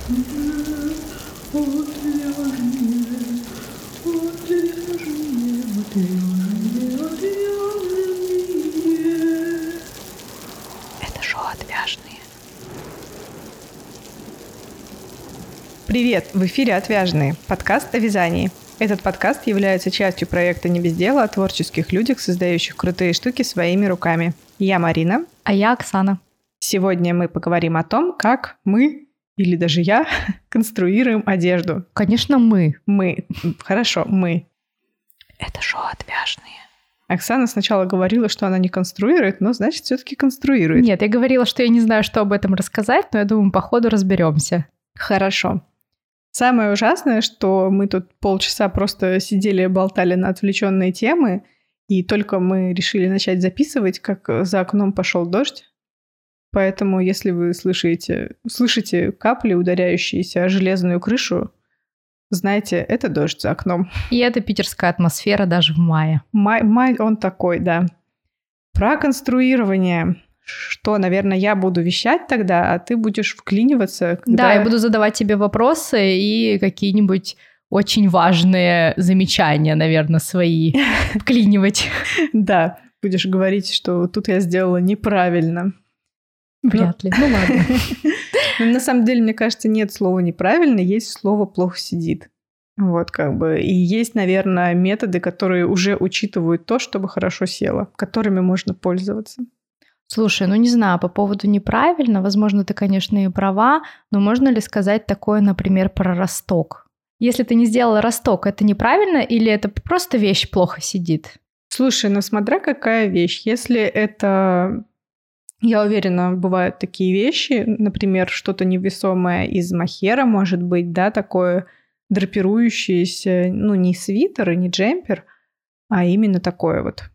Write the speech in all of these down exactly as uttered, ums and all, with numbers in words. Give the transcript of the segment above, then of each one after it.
Это шоу «Отвяжные». Привет! В эфире «Отвяжные» – подкаст о вязании. Этот подкаст является частью проекта «Не без дела» о творческих людях, создающих крутые штуки своими руками. Я Марина. А я Оксана. Сегодня мы поговорим о том, как мы, или даже я, конструируем одежду. Конечно, мы. Мы. Хорошо, мы. Это шоу «Отвяжные». Оксана сначала говорила, что она не конструирует, но, значит, все-таки конструирует. Нет, я говорила, что я не знаю, что об этом рассказать, но я думаю, по ходу разберемся. Хорошо. Самое ужасное, что мы тут полчаса просто сидели и болтали на отвлеченные темы, и только мы решили начать записывать, как за окном пошел дождь. Поэтому, если вы слышите, слышите капли, ударяющиеся о железную крышу, знайте, это дождь за окном. И это питерская атмосфера даже в мае. Май, май он такой, да. Про конструирование. Что, наверное, я буду вещать тогда, а ты будешь вклиниваться. Когда... Да, я буду задавать тебе вопросы и какие-нибудь очень важные замечания, наверное, свои вклинивать. Да, будешь говорить, что тут я сделала неправильно. Вряд ли. Ну ладно. На самом деле, мне кажется, нет слова «неправильно», есть слово «плохо сидит». Вот как бы. И есть, наверное, методы, которые уже учитывают то, чтобы хорошо село, которыми можно пользоваться. Слушай, ну не знаю, по поводу неправильно, возможно, ты, конечно, и права, но можно ли сказать такое, например, про росток? Если ты не сделала росток, это неправильно или это просто вещь плохо сидит? Слушай, ну смотря какая вещь. Если это, я уверена, бывают такие вещи, например, что-то невесомое из мохера, может быть, да, такое драпирующееся, ну не свитер и не джемпер, а именно такое вот.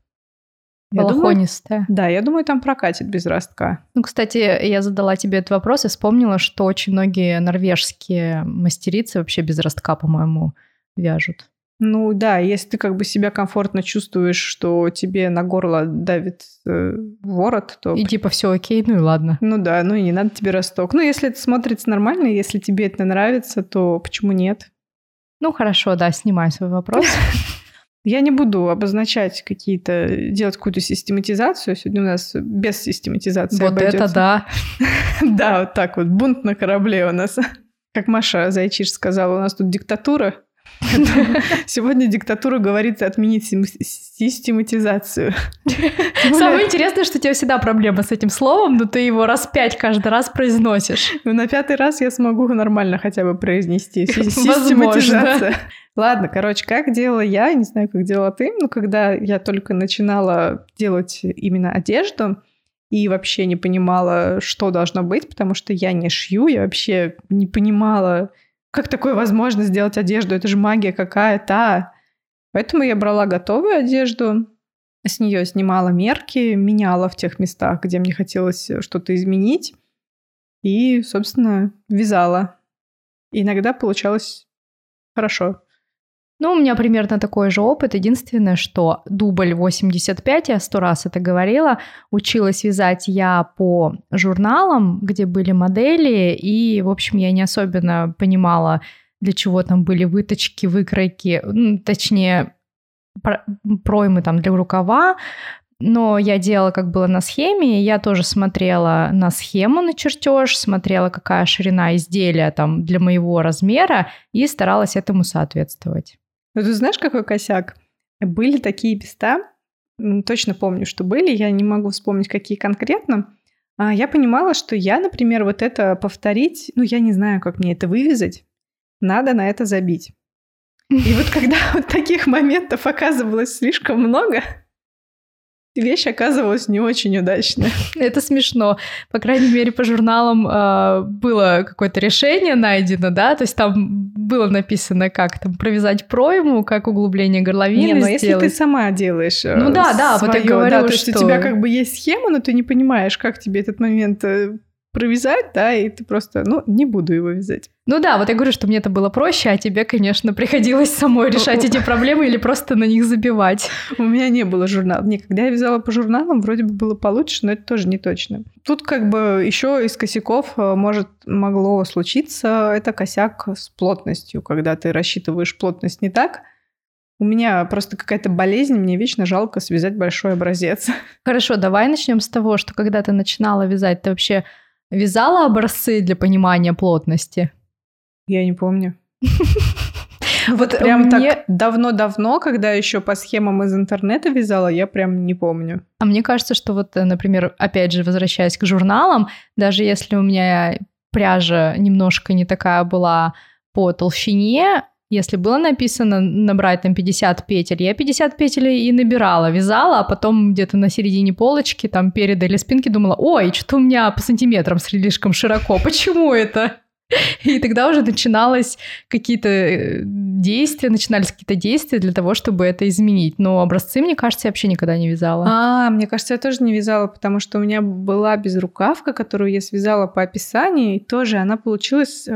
Балахонистая. Да, я думаю, там прокатит без ростка. Ну, кстати, я задала тебе этот вопрос и вспомнила, что очень многие норвежские мастерицы вообще без ростка, по-моему, вяжут. Ну да, если ты как бы себя комфортно чувствуешь, что тебе на горло давит э, ворот, то... И типа все окей, ну и ладно. Ну да, ну и не надо тебе росток. Ну если это смотрится нормально, если тебе это нравится, то почему нет? Ну хорошо, да, снимай свой вопрос. Я не буду обозначать какие-то, делать какую-то систематизацию. Сегодня у нас без систематизации Вот обойдется. это да. Да, вот так вот, бунт на корабле у нас. Как Маша Зайчиш сказала, у нас тут диктатура. Сегодня диктатура говорит отменить систематизацию. Самое интересное, что у тебя всегда проблема с этим словом, но ты его раз пять каждый раз произносишь. Ну, на пятый раз я смогу нормально хотя бы произнести. Систематизация. Ладно, короче, как делала я, не знаю, как делала ты, но когда я только начинала делать именно одежду и вообще не понимала, что должно быть, потому что я не шью, я вообще не понимала, как такое возможно сделать одежду, это же магия какая-то. Поэтому я брала готовую одежду, с нее снимала мерки, меняла в тех местах, где мне хотелось что-то изменить, и, собственно, вязала. И иногда получалось хорошо. Ну, у меня примерно такой же опыт. Единственное, что дубль восемьдесят пять, я сто раз это говорила, училась вязать я по журналам, где были модели, и, в общем, я не особенно понимала, для чего там были выточки, выкройки, ну, точнее, проймы там для рукава, но я делала, как было на схеме, и я тоже смотрела на схему, на чертеж, смотрела, какая ширина изделия там для моего размера, и старалась этому соответствовать. Ну, ты знаешь, какой косяк? Были такие места, точно помню, что были, я не могу вспомнить, какие конкретно. Я понимала, что я, например, вот это повторить, ну, я не знаю, как мне это вывязать, надо на это забить. И вот когда вот таких моментов оказывалось слишком много, вещь оказывалась не очень удачная. Это смешно. По крайней мере, по журналам э, было какое-то решение найдено, да? То есть там было написано, как там провязать пройму, как углубление горловины не, но сделать. если ты сама делаешь ну да, да, своё, вот я говорю, да, то что... есть у тебя как бы есть схема, но ты не понимаешь, как тебе этот момент провязать, да, и ты просто, ну, не буду его вязать. Ну да, вот я говорю, что мне это было проще, а тебе, конечно, приходилось самой решать эти проблемы или просто на них забивать. У меня не было журналов. Не, когда я вязала по журналам, вроде бы было получше, но это тоже не точно. Тут как бы еще из косяков может могло случиться, это косяк с плотностью, когда ты рассчитываешь плотность не так. У меня просто какая-то болезнь, мне вечно жалко связать большой образец. Хорошо, давай начнем с того, что когда ты начинала вязать, ты вообще вязала образцы для понимания плотности? Я не помню. Вот прям так давно-давно, когда еще по схемам из интернета вязала, я прям не помню. А мне кажется, что вот, например, опять же, возвращаясь к журналам, даже если у меня пряжа немножко не такая была по толщине, если было написано набрать там пятьдесят петель, я пятьдесят петель и набирала, вязала, а потом где-то на середине полочки, там переда или спинки думала, ой, что-то у меня по сантиметрам слишком широко, почему это? И тогда уже начиналось какие-то действия, начинались какие-то действия для того, чтобы это изменить. Но образцы, мне кажется, я вообще никогда не вязала. А, мне кажется, я тоже не вязала, потому что у меня была безрукавка, которую я связала по описанию, и тоже она получилась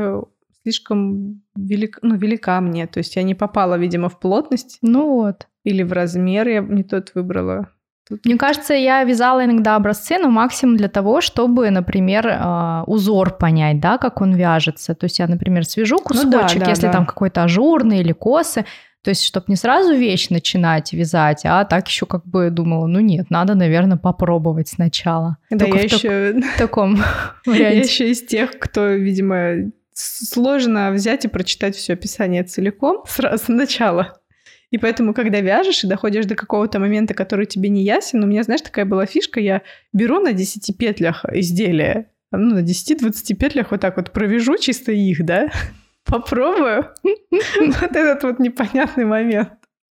слишком велик, ну, велика мне. То есть я не попала, видимо, в плотность. Ну вот. Или в размер я не тот выбрала. Тут... Мне кажется, я вязала иногда образцы, но максимум для того, чтобы, например, узор понять, да, как он вяжется. То есть я, например, свяжу кусочек, ну, да, да, если да. там какой-то ажурный или косы. То есть, чтобы не сразу вещь начинать вязать, а так еще как бы думала, ну нет, надо, наверное, попробовать сначала. Да, я еще... В таком варианте. Я еще из тех, кто, видимо... Сложно взять и прочитать все описание целиком сразу сначала. И поэтому, когда вяжешь и доходишь до какого-то момента, который тебе не ясен, у меня, знаешь, такая была фишка, я беру на десяти петлях изделия, ну, на десяти-двадцати петлях вот так вот провяжу чисто их, да, попробую. Вот этот вот непонятный момент.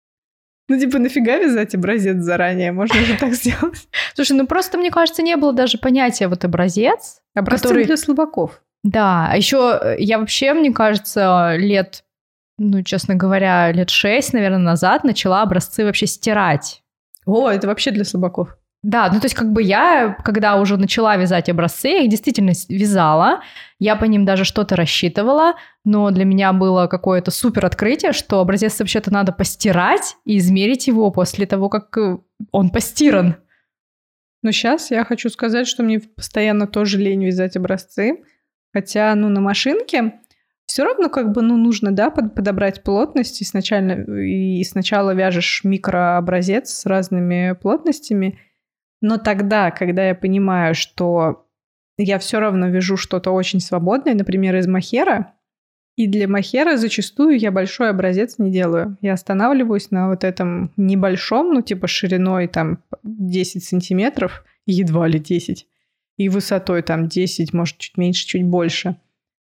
Ну, типа, нафига вязать образец заранее? Можно же так сделать. Слушай, ну просто, мне кажется, не было даже понятия вот образец. Образец который... для слабаков. Да, а еще я вообще, мне кажется, лет, ну, честно говоря, лет шесть, наверное, назад начала образцы вообще стирать. О, это вообще для слабаков. Да, ну то есть как бы я, когда уже начала вязать образцы, я их действительно вязала, я по ним даже что-то рассчитывала, но для меня было какое-то супер открытие, что образец вообще-то надо постирать и измерить его после того, как он постиран. Но сейчас я хочу сказать, что мне постоянно тоже лень вязать образцы. Хотя, ну, на машинке все равно как бы, ну, нужно, да, под, подобрать плотность, и сначала, и сначала вяжешь микрообразец с разными плотностями, но тогда, когда я понимаю, что я все равно вяжу что-то очень свободное, например, из мохера, и для мохера зачастую я большой образец не делаю. Я останавливаюсь на вот этом небольшом, ну, типа шириной там десять сантиметров, едва ли десять, и высотой там десять, может, чуть меньше, чуть больше.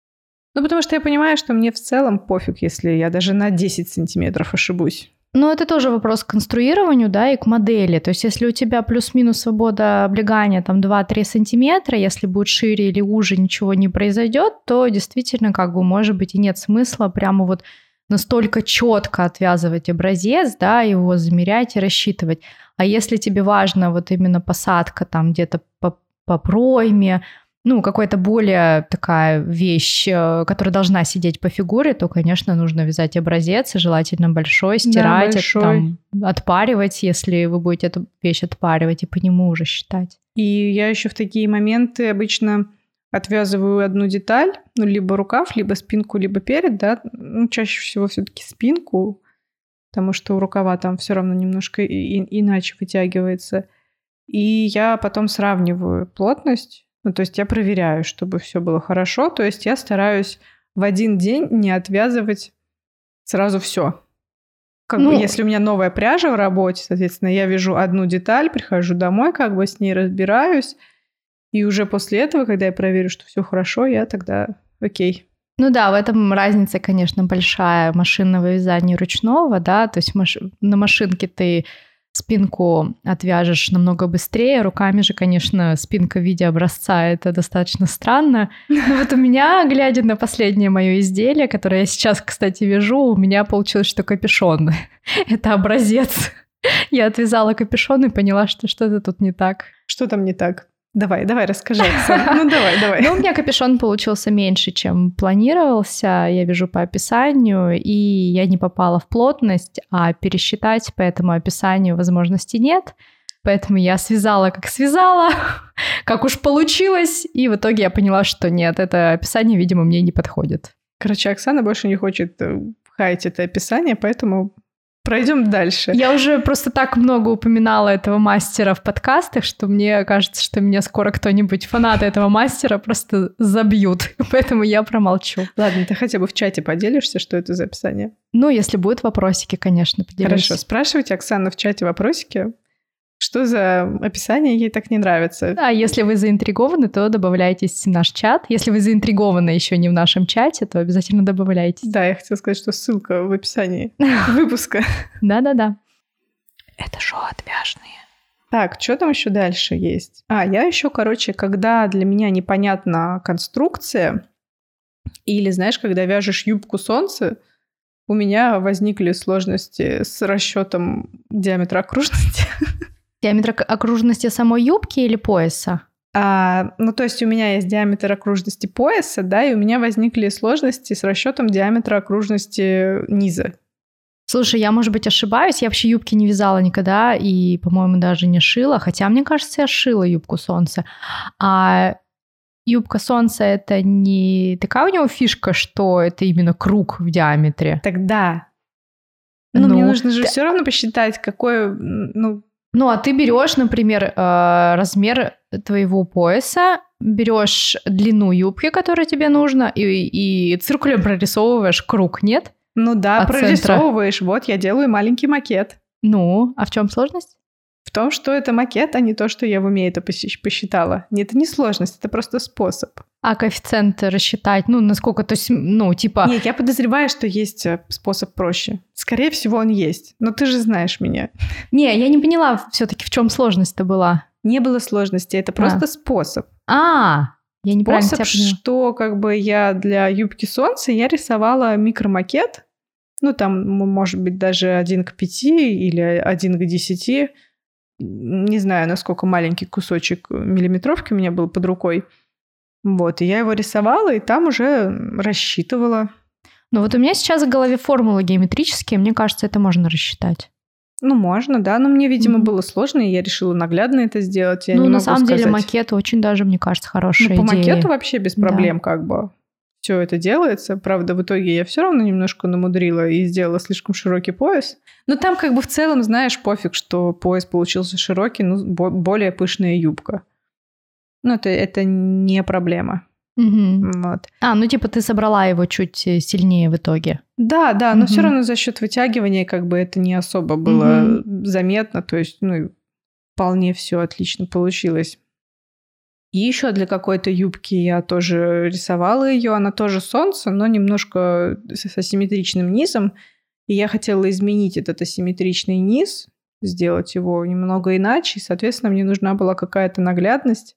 Ну, потому что я понимаю, что мне в целом пофиг, если я даже на десять сантиметров ошибусь. Ну, это тоже вопрос к конструированию, да, и к модели. То есть, если у тебя плюс-минус свобода облегания там два-три сантиметра, если будет шире или уже ничего не произойдет, то действительно, как бы, может быть, и нет смысла прямо вот настолько четко отвязывать образец, да, его замерять и рассчитывать. А если тебе важна вот именно посадка там где-то по по пройме, ну, какая-то более такая вещь, которая должна сидеть по фигуре, то, конечно, нужно вязать образец, желательно большой, стирать, да, большой. Там, отпаривать, если вы будете эту вещь отпаривать, и по нему уже считать. И я еще в такие моменты обычно отвязываю одну деталь, ну, либо рукав, либо спинку, либо перед, да, ну, чаще всего все-таки спинку, потому что у рукава там все равно немножко и- иначе вытягивается. И я потом сравниваю плотность, ну, то есть я проверяю, чтобы все было хорошо, то есть я стараюсь в один день не отвязывать сразу все. Как ну, бы, если у меня новая пряжа в работе, соответственно, я вяжу одну деталь, прихожу домой, как бы с ней разбираюсь, и уже после этого, когда я проверю, что все хорошо, я тогда окей. Ну да, в этом разница, конечно, большая машинного вязания и ручного, да, то есть маш... на машинке ты спинку отвяжешь намного быстрее, руками же, конечно, спинка в виде образца, это достаточно странно. Но вот у меня, глядя на последнее мое изделие, которое я сейчас, кстати, вяжу, у меня получилось, что капюшон. Это образец. Я отвязала капюшон и поняла, что что-то тут не так. Что там не так? Давай, давай, расскажи, Оксана. Ну, давай, давай. Ну, у меня капюшон получился меньше, чем планировался, я вижу по описанию, и я не попала в плотность, а пересчитать по этому описанию возможности нет, поэтому я связала, как связала, как уж получилось, и в итоге я поняла, что нет, это описание, видимо, мне не подходит. Короче, Оксана больше не хочет хаять это описание, поэтому... Пройдем дальше. Я уже просто так много упоминала этого мастера в подкастах, что мне кажется, что меня скоро кто-нибудь, фанаты этого мастера, просто забьют. Поэтому я промолчу. Ладно, ты хотя бы в чате поделишься, что это за описание? Ну, если будут вопросики, конечно, поделюсь. Хорошо, спрашивайте Оксану в чате вопросики. Что за описание ей так не нравится? Да, если вы заинтригованы, то добавляйтесь в наш чат. Если вы заинтригованы еще не в нашем чате, то обязательно добавляйтесь. Да, я хотела сказать, что ссылка в описании выпуска. Да-да-да. Это шоу «Отвяжные». Так, что там еще дальше есть? А, я еще, короче, когда для меня непонятна конструкция, или, знаешь, когда вяжешь юбку солнца, у меня возникли сложности с расчетом диаметра окружности. Диаметр окружности самой юбки или пояса? А, ну, то есть у меня есть диаметр окружности пояса, да, и у меня возникли сложности с расчетом диаметра окружности низа. Слушай, я, может быть, ошибаюсь, я вообще юбки не вязала никогда и, по-моему, даже не шила, хотя, мне кажется, я шила юбку солнца. А юбка солнца — это не такая у него фишка, что это именно круг в диаметре? Тогда. Ну, ну мне нужно же ты... все равно посчитать, какой, ну... Ну, а ты берешь, например, размер твоего пояса, берешь длину юбки, которая тебе нужна, и, и циркулем прорисовываешь круг, нет? Ну да, от прорисовываешь. Центра. Вот, я делаю маленький макет. Ну, а в чем сложность? В том, что это макет, а не то, что я в уме это посчитала. Нет, это не сложность, это просто способ. А коэффициент рассчитать, ну, насколько, то есть, ну, типа... Нет, я подозреваю, что есть способ проще. Скорее всего, он есть, но ты же знаешь меня. Не, я не поняла все-таки, в чем сложность-то была. Не было сложности, это просто а. способ. А, я неправильно тебя поняла. Способ, что как бы я для юбки солнца я рисовала микромакет, ну, там, может быть, даже один к пяти или один к десяти. Не знаю, насколько маленький кусочек миллиметровки у меня был под рукой. Вот, и я его рисовала, и там уже рассчитывала. Ну вот у меня сейчас в голове формулы геометрические, мне кажется, это можно рассчитать. Ну, можно, да, но мне, видимо, mm-hmm. было сложно, и я решила наглядно это сделать. Я ну, не на могу самом сказать... деле макет очень даже, мне кажется, хорошая ну, по идея. макету вообще без проблем да. как бы все это делается. Правда, в итоге я все равно немножко намудрила и сделала слишком широкий пояс. Но там как бы в целом, знаешь, пофиг, что пояс получился широкий, ну, более пышная юбка. Ну, это, это не проблема. Угу. Вот. А, ну типа ты собрала его чуть сильнее в итоге. Да, да, но угу. все равно за счет вытягивания как бы это не особо было угу. заметно. То есть, ну, вполне все отлично получилось. И еще для какой-то юбки я тоже рисовала ее. Она тоже солнце, но немножко с асимметричным низом. И я хотела изменить этот асимметричный низ, сделать его немного иначе. И, соответственно, мне нужна была какая-то наглядность.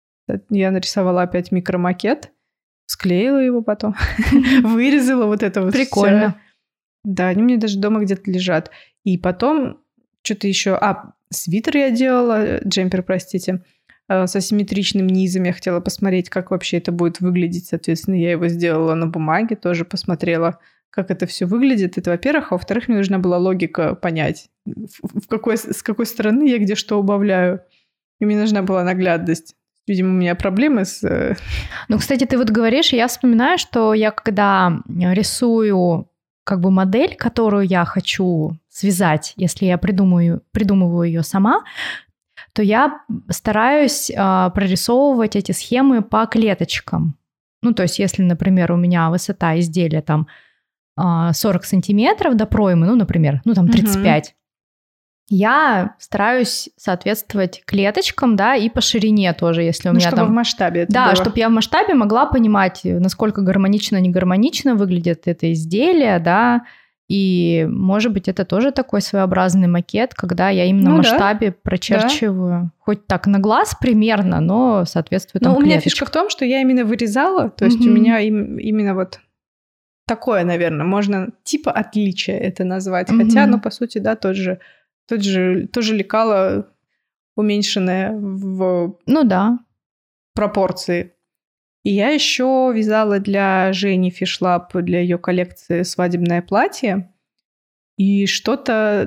Я нарисовала опять микромакет, склеила его потом, вырезала вот это вот. Прикольно. Да, они у меня даже дома где-то лежат. И потом что-то еще... А, свитер я делала, джемпер, простите, с асимметричным низом. Я хотела посмотреть, как вообще это будет выглядеть. Соответственно, я его сделала на бумаге, тоже посмотрела, как это все выглядит. Это, во-первых. А во-вторых, мне нужна была логика понять, в какой, с какой стороны я где что убавляю. И мне нужна была наглядность. Видимо, у меня проблемы с... Ну, кстати, ты вот говоришь, и я вспоминаю, что я когда рисую как бы модель, которую я хочу связать, если я придумаю, придумываю ее сама, то я стараюсь а, прорисовывать эти схемы по клеточкам. Ну, то есть, если, например, у меня высота изделия там а, сорок сантиметров до проймы, ну, например, ну, там тридцать пять, я стараюсь соответствовать клеточкам, да, и по ширине тоже, если у ну, меня чтобы там... в масштабе это Да, было. чтобы я в масштабе могла понимать, насколько гармонично, не гармонично выглядит это изделие, да, и, может быть, это тоже такой своеобразный макет, когда я именно ну, в масштабе да. прочерчиваю. Да. Хоть так на глаз примерно, но соответствует там клеточкам. Ну, у меня клеточкам. фишка в том, что я именно вырезала, то есть mm-hmm. у меня им, именно вот такое, наверное, можно типа отличие это назвать, mm-hmm. хотя, ну, по сути, да, тот же... Тот же, тоже лекало уменьшенное в ну, да. пропорции. И я еще вязала для Жени Фишлаб, для ее коллекции свадебное платье. И что-то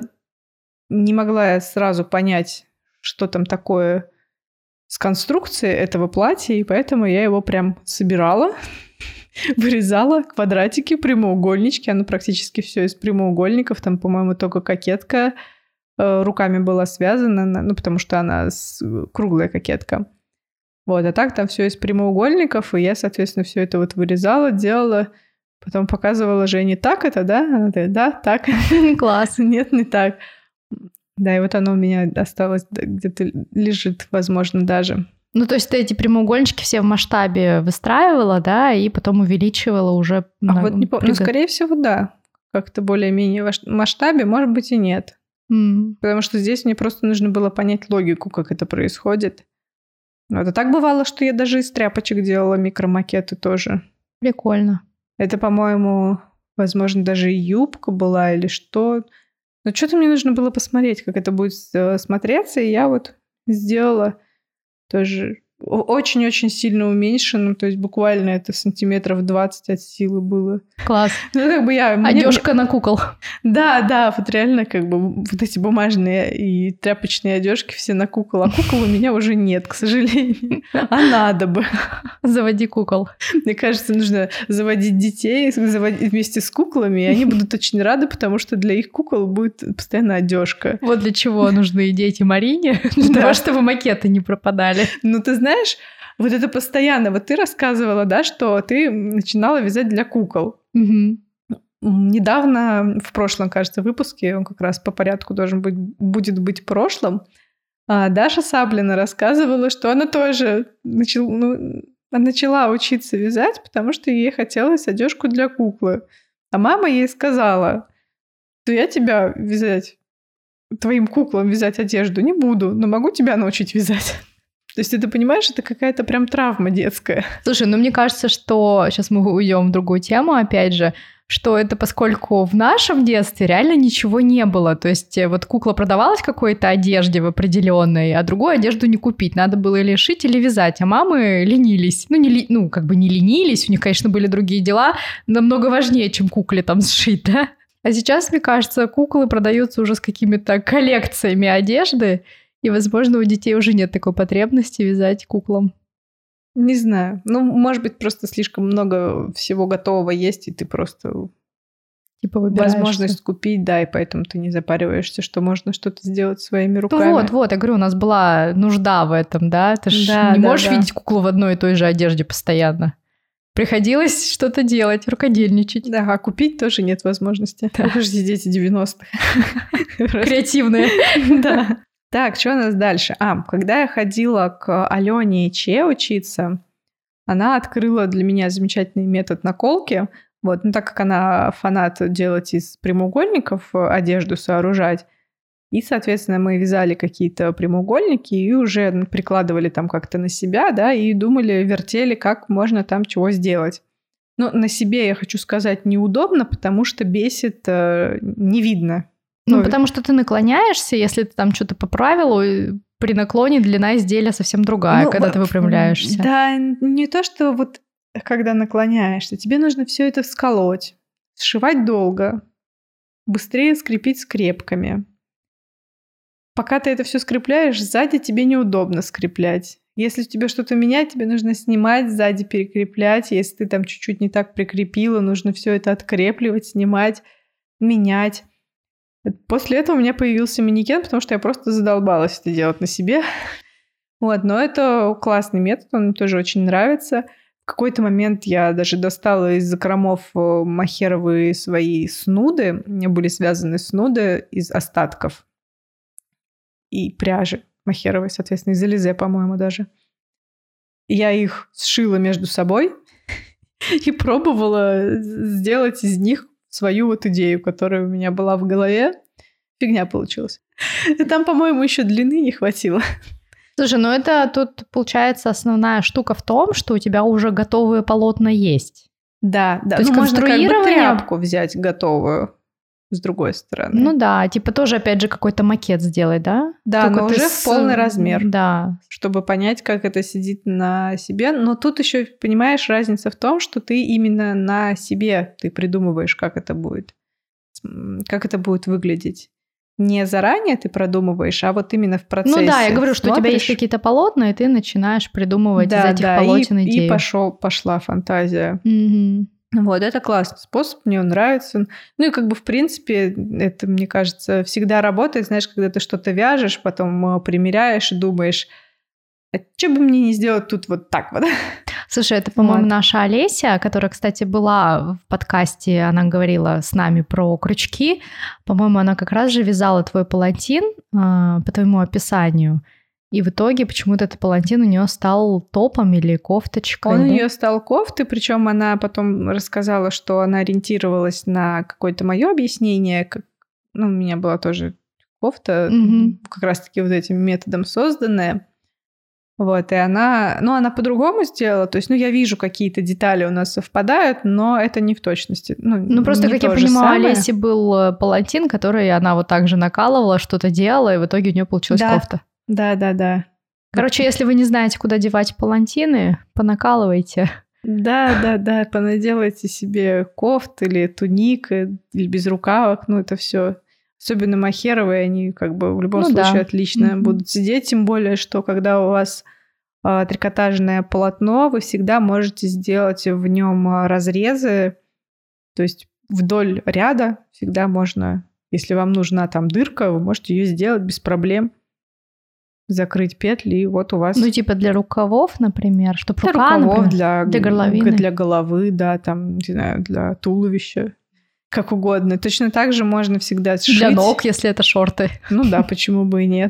не могла я сразу понять, что там такое с конструкцией этого платья, и поэтому я его прям собирала, вырезала квадратики, прямоугольнички. Оно практически все из прямоугольников. Там, по-моему, только кокетка э, руками была связана, ну, потому что она с... круглая кокетка. Вот, а так там все из прямоугольников, и я, соответственно, все это вот вырезала, делала, потом показывала Жене, так это, да? Она говорит, да, так. Класс. Нет, не так. Да, и вот оно у меня осталось, где-то лежит, возможно, даже. Ну, то есть ты эти прямоугольнички все в масштабе выстраивала, да, и потом увеличивала уже... А на... вот не помню, ну, скорее всего, да. Как-то более-менее в масштабе, может быть, и нет. Mm. Потому что здесь мне просто нужно было понять логику, как это происходит. Вот. А так бывало, что я даже из тряпочек делала микромакеты тоже. Прикольно. Это, по-моему, возможно, даже и юбка была или что. Но что-то мне нужно было посмотреть, как это будет смотреться, и я вот сделала тоже очень-очень сильно уменьшенным, то есть буквально это сантиметров двадцать от силы было. Класс. Ну, как бы я... Одежка мне... на кукол. Да, да, вот реально как бы вот эти бумажные и тряпочные одежки все на кукол, а кукол у меня уже нет, к сожалению. А надо бы. Заводи кукол. Мне кажется, нужно заводить детей заводить вместе с куклами, и они будут очень рады, потому что для их кукол будет постоянно одежка. Вот для чего нужны дети Марине, для того, чтобы макеты не пропадали. Ну, ты знаешь, Знаешь, вот это постоянно. Вот ты рассказывала, да, что ты начинала вязать для кукол. Угу. Недавно, в прошлом, кажется, выпуске, он как раз по порядку должен быть, будет быть в прошлом, Даша Саблина рассказывала, что она тоже начала, ну, начала учиться вязать, потому что ей хотелось одежку для куклы. А мама ей сказала, что я тебя вязать, твоим куклам вязать одежду не буду, но могу тебя научить вязать. То есть, ты понимаешь, это какая-то прям травма детская. Слушай, ну мне кажется, что... Сейчас мы уйдем в другую тему, опять же, что это поскольку в нашем детстве реально ничего не было. То есть вот кукла продавалась в какой-то одежде в определенной, а другую одежду не купить. Надо было или шить, или вязать. А мамы ленились. Ну, не ли... ну как бы не ленились, у них, конечно, были другие дела, намного важнее, чем кукле там сшить, да? А сейчас, мне кажется, куклы продаются уже с какими-то коллекциями одежды, и, возможно, у детей уже нет такой потребности вязать куклам. Не знаю. Ну, может быть, просто слишком много всего готового есть, и ты просто... Типа выбираешься. Возможность купить, да, и поэтому ты не запариваешься, что можно что-то сделать своими руками. Ну вот, вот, я говорю, у нас была нужда в этом, да? Ты же да, не да, можешь да. видеть куклу в одной и той же одежде постоянно. Приходилось что-то делать, рукодельничать. Да, а купить тоже нет возможности. Да. Вы же дети девяностых. Креативные. Да. Так, что у нас дальше? А, когда я ходила к Алене Че учиться, она открыла для меня замечательный метод наколки. Вот, ну так как она фанат делать из прямоугольников одежду сооружать, и, соответственно, мы вязали какие-то прямоугольники и уже прикладывали там как-то на себя, да, и думали, вертели, как можно там чего сделать. Но на себе, я хочу сказать, неудобно, потому что бесит, э, не видно. Ну, ну, потому что ты наклоняешься, если ты там что-то поправил, при наклоне длина изделия совсем другая, ну, когда ты выпрямляешься. Да, не то, что вот когда наклоняешься, тебе нужно все это всколоть, сшивать долго, быстрее скрепить скрепками. Пока ты это все скрепляешь, сзади тебе неудобно скреплять. Если тебе что-то менять, тебе нужно снимать, сзади перекреплять. Если ты там чуть-чуть не так прикрепила, нужно все это открепливать, снимать, менять. После этого у меня появился манекен, потому что я просто задолбалась это делать на себе. Вот, но это классный метод, он мне тоже очень нравится. В какой-то момент я даже достала из закромов мохеровые свои снуды. У меня были связаны снуды из остатков и пряжи мохеровой, соответственно, из ализе, по-моему, даже. Я их сшила между собой и пробовала сделать из них свою вот идею, которая у меня была в голове. Фигня получилась. И там, по-моему, еще длины не хватило. Слушай, ну это тут, получается, основная штука в том, что у тебя уже готовые полотна есть. Да, да. То есть ну, можно как бы конструирование... тряпку взять готовую с другой стороны. Ну да, типа тоже, опять же, какой-то макет сделать, да? Да, Только но уже с... в полный размер. Да. Чтобы понять, как это сидит на себе. Но тут еще, понимаешь, разница в том, что ты именно на себе ты придумываешь, как это будет, как это будет выглядеть. Не заранее ты продумываешь, а вот именно в процессе. Ну да, я говорю, что смотришь... у тебя есть какие-то полотна, и ты начинаешь придумывать да, из этих да, полотен и, идею. И пошел, пошла фантазия. Mm-hmm. Вот, это классный способ, мне он нравится. Ну и как бы, в принципе, это, мне кажется, всегда работает. Знаешь, когда ты что-то вяжешь, потом примеряешь и думаешь, а что бы мне не сделать тут вот так вот? Слушай, это, по-моему, вот. Наша Олеся, которая, кстати, была в подкасте, она говорила с нами про крючки. По-моему, она как раз же вязала твой палантин э, по твоему описанию. И в итоге почему-то этот палантин у нее стал топом или кофточкой. Он да? у нее стал кофтой, причем она потом рассказала, что она ориентировалась на какое-то мое объяснение. Как, ну, у меня была тоже кофта, mm-hmm. как раз-таки вот этим методом созданная. Вот, и она, ну, она по-другому сделала, то есть, ну, я вижу, какие-то детали у нас совпадают, но это не в точности. Ну, ну просто, как я понимаю, у Олеси был палантин, который она вот так же накалывала, что-то делала, и в итоге у нее получилась да. кофта. Да, да, да. Короче, если вы не знаете, куда девать палантины, понакалывайте. Да, да, да, понаделайте себе кофт или туник, или безрукавок, ну, это все. Особенно махеровые, они как бы в любом ну, случае да. отлично mm-hmm. будут сидеть, тем более, что когда у вас а, трикотажное полотно, вы всегда можете сделать в нем разрезы, то есть вдоль ряда всегда можно, если вам нужна там дырка, вы можете ее сделать без проблем, закрыть петли, и вот у вас... Ну, типа для рукавов, например, чтобы для рука, рукавов, например, для, для горловины. Для головы, да, там, не знаю, для туловища. Как угодно. Точно так же можно всегда сшить. Для ног, если это шорты. Ну да, почему бы и нет.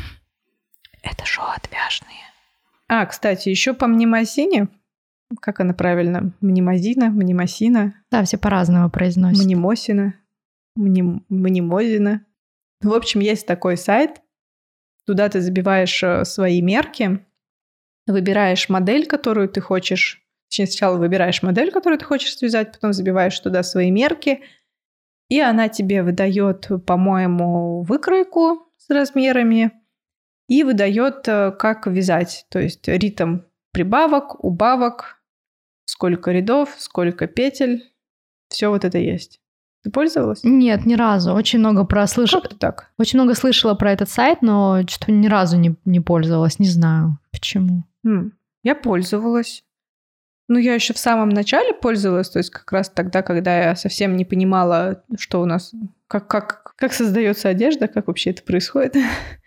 Это шо отвяжные. А, кстати, еще по мнемозине, как она правильно? Мнемозина, мнемосина. Да, все по-разному произносят. Мнемосина, мнем... мнемозина. В общем, есть такой сайт. Туда ты забиваешь свои мерки, выбираешь модель, которую ты хочешь. Точнее, сначала выбираешь модель, которую ты хочешь связать, потом забиваешь туда свои мерки, и она тебе выдает, по-моему, выкройку с размерами и выдает, как вязать. То есть ритм прибавок, убавок, сколько рядов, сколько петель. Все вот это есть. Ты пользовалась? Нет, ни разу. Очень много прослышала. Как так? Очень много слышала про этот сайт, но что-то ни разу не, не пользовалась. Не знаю, почему. М, я пользовалась. Ну, я еще в самом начале пользовалась, то есть как раз тогда, когда я совсем не понимала, что у нас, как, как, как создается одежда, как вообще это происходит.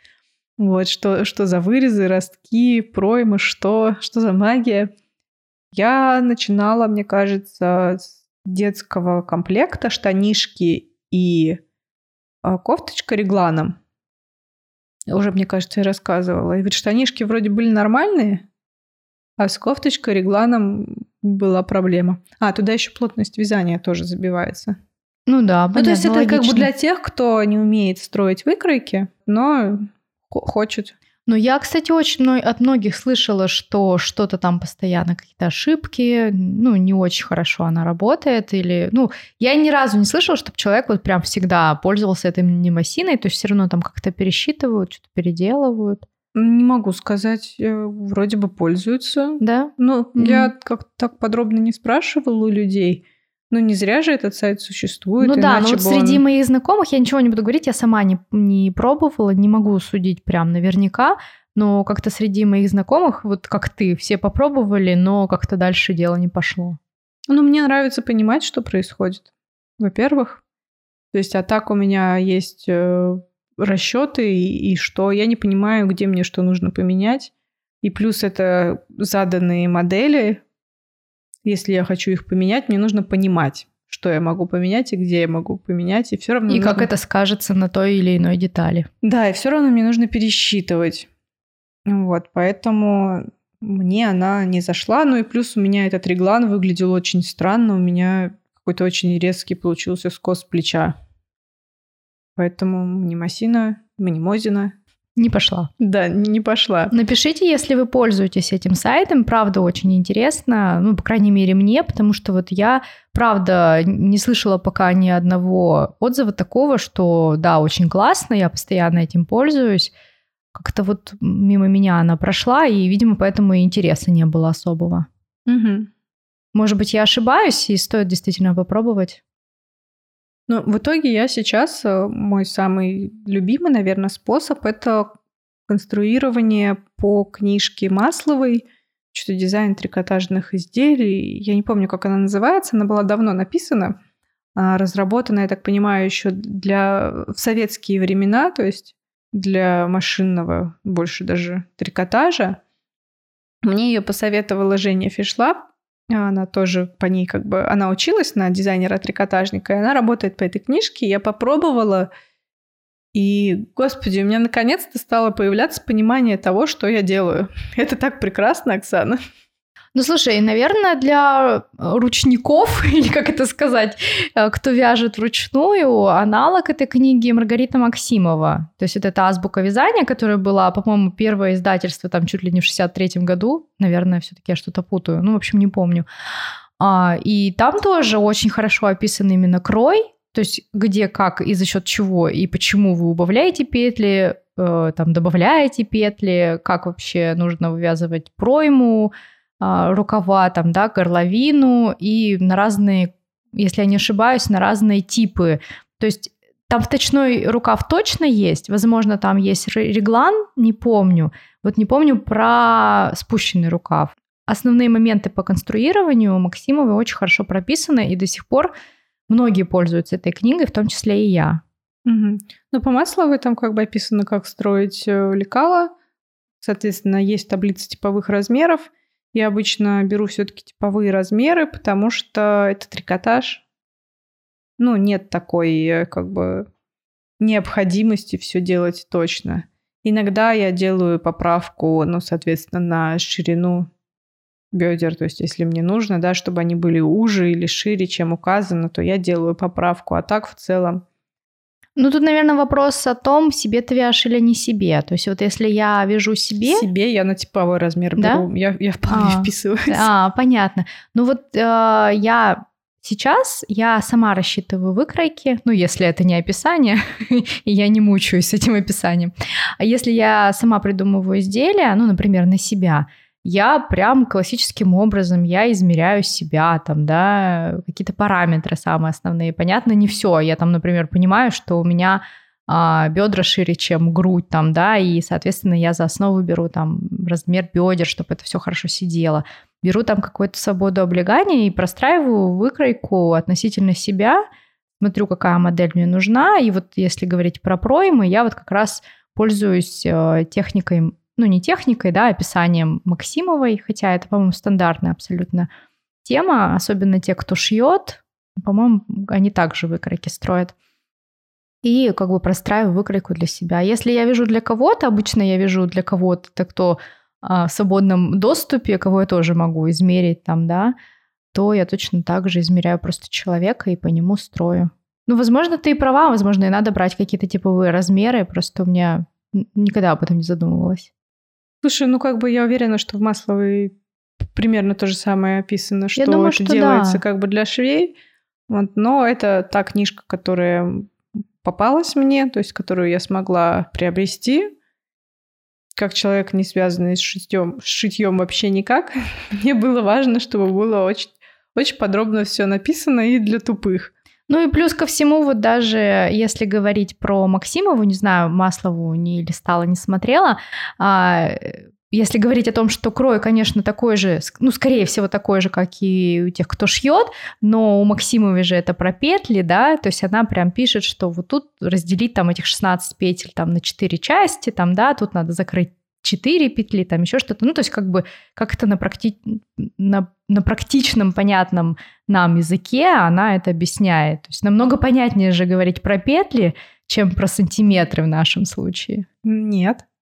Вот, что, что за вырезы, ростки, проймы, что, что за магия. Я начинала, мне кажется, с детского комплекта, штанишки и кофточка регланом. Уже, мне кажется, я рассказывала. И ведь штанишки вроде были нормальные, а с кофточкой регланом была проблема. А, туда еще плотность вязания тоже забивается. Ну да, понятно, ну, то есть это логично. как бы для тех, кто не умеет строить выкройки, но хочет. Ну, я, кстати, очень от многих слышала, что что-то там постоянно, какие-то ошибки, ну, не очень хорошо она работает, или, ну, я ни разу не слышала, чтобы человек вот прям всегда пользовался этой мнемосиной, то есть все равно там как-то пересчитывают, что-то переделывают. Не могу сказать, вроде бы пользуются. Да? Ну, mm-hmm. я как-то так подробно не спрашивала у людей. Ну, не зря же этот сайт существует. Ну да, но вот он... среди моих знакомых, я ничего не буду говорить, я сама не, не пробовала, не могу судить прям наверняка, но как-то среди моих знакомых, вот как ты, все попробовали, но как-то дальше дело не пошло. Ну, мне нравится понимать, что происходит, во-первых. То есть, а так у меня есть э, расчеты, и, и что я не понимаю, где мне что нужно поменять. И плюс это заданные модели. Если я хочу их поменять, мне нужно понимать, что я могу поменять и где я могу поменять. И все равно... И нужно... как это скажется на той или иной детали. Да, и все равно мне нужно пересчитывать. Вот, поэтому мне она не зашла. Ну и плюс у меня этот реглан выглядел очень странно. У меня какой-то очень резкий получился скос плеча. Поэтому мнемосина, мнемозина, Не пошла. Да, не пошла. Напишите, если вы пользуетесь этим сайтом. Правда, очень интересно. Ну, по крайней мере, мне, потому что вот я, правда, не слышала пока ни одного отзыва такого, что да, очень классно, я постоянно этим пользуюсь. Как-то вот мимо меня она прошла, и, видимо, поэтому и интереса не было особого. Угу. Может быть, я ошибаюсь, и стоит действительно попробовать. Ну, в итоге я сейчас, мой самый любимый, наверное, способ – это конструирование по книжке Масловой, что-то дизайн трикотажных изделий. Я не помню, как она называется, она была давно написана, разработана, я так понимаю, еще для... в советские времена, то есть для машинного, больше даже трикотажа. Мне ее посоветовала Женя Фишлап. Она тоже по ней как бы... Она училась на дизайнера-трикотажника, и она работает по этой книжке. Я попробовала, и, господи, у меня наконец-то стало появляться понимание того, что я делаю. Это так прекрасно, Оксана. Ну, слушай, наверное, для ручников, или как это сказать, кто вяжет вручную, аналог этой книги Маргарита Максимова. То есть это та азбука вязания, которая была, по-моему, первое издательство там чуть ли не в шестьдесят третьем году. Наверное, все-таки я что-то путаю. Ну, в общем, не помню. И там тоже очень хорошо описан именно крой, то есть где, как и за счет чего, и почему вы убавляете петли, там добавляете петли, как вообще нужно вывязывать пройму, рукава, там, да, горловину и на разные, если я не ошибаюсь, на разные типы. То есть там вточной рукав точно есть, возможно, там есть реглан, не помню. Вот не помню про спущенный рукав. Основные моменты по конструированию у Максимовой очень хорошо прописаны, и до сих пор многие пользуются этой книгой, в том числе и я. Угу. Ну, по Масловой там как бы описано, как строить лекало. Соответственно, есть таблица типовых размеров. Я обычно беру все-таки типовые размеры, потому что это трикотаж. Ну, нет такой как бы необходимости все делать точно. Иногда я делаю поправку, ну, соответственно, на ширину бедер. То есть, если мне нужно, да, чтобы они были уже или шире, чем указано, то я делаю поправку. А так в целом... Ну, тут, наверное, вопрос о том, себе ты вяжешь или не себе. То есть вот если я вяжу себе... Себе я на типовой размер беру. Да? Я, я вполне а, вписываюсь. А, понятно. Ну вот э, я сейчас, я сама рассчитываю выкройки, ну, если это не описание, и я не мучаюсь с этим описанием. А если я сама придумываю изделия, ну, например, на себя, я прям классическим образом, я измеряю себя, там, да, какие-то параметры самые основные. Понятно, не все. Я там, например, понимаю, что у меня а, бедра шире, чем грудь, там, да, и, соответственно, я за основу беру там размер бедер, чтобы это все хорошо сидело. Беру там какую-то свободу облегания и простраиваю выкройку относительно себя, смотрю, какая модель мне нужна, и вот если говорить про проймы, я вот как раз пользуюсь э, техникой, ну, не техникой, да, описанием Максимовой, хотя это, по-моему, стандартная абсолютно тема, особенно те, кто шьет, по-моему, они также выкройки строят. И как бы простраиваю выкройку для себя. Если я вяжу для кого-то, обычно я вяжу для кого-то, так кто а, в свободном доступе, кого я тоже могу измерить там, да, то я точно так же измеряю просто человека и по нему строю. Ну, возможно, ты и права, возможно, и надо брать какие-то типовые размеры, просто у меня никогда об этом не задумывалась. Слушай, ну как бы я уверена, что в Масловой примерно то же самое описано, что думаю, это что делается да. как бы для швей. Вот, но это та книжка, которая попалась мне, то есть которую я смогла приобрести. Как человек, не связанный с шитьем, с шитьем вообще никак, мне было важно, чтобы было очень, очень подробно все написано и для тупых. Ну и плюс ко всему, вот даже если говорить про Максимову, не знаю, Маслову не листала, не смотрела, а, если говорить о том, что крой, конечно, такой же, ну, скорее всего, такой же, как и у тех, кто шьет, но у Максимовой же это про петли, да, то есть она прям пишет, что вот тут разделить там этих шестнадцать петель там на четыре части, там, да, тут надо закрыть четыре петли, там еще что-то. Ну, то есть как бы как это на, практи... на, на практичном, понятном нам языке она это объясняет. То есть намного понятнее же говорить про петли, чем про сантиметры в нашем случае. Нет.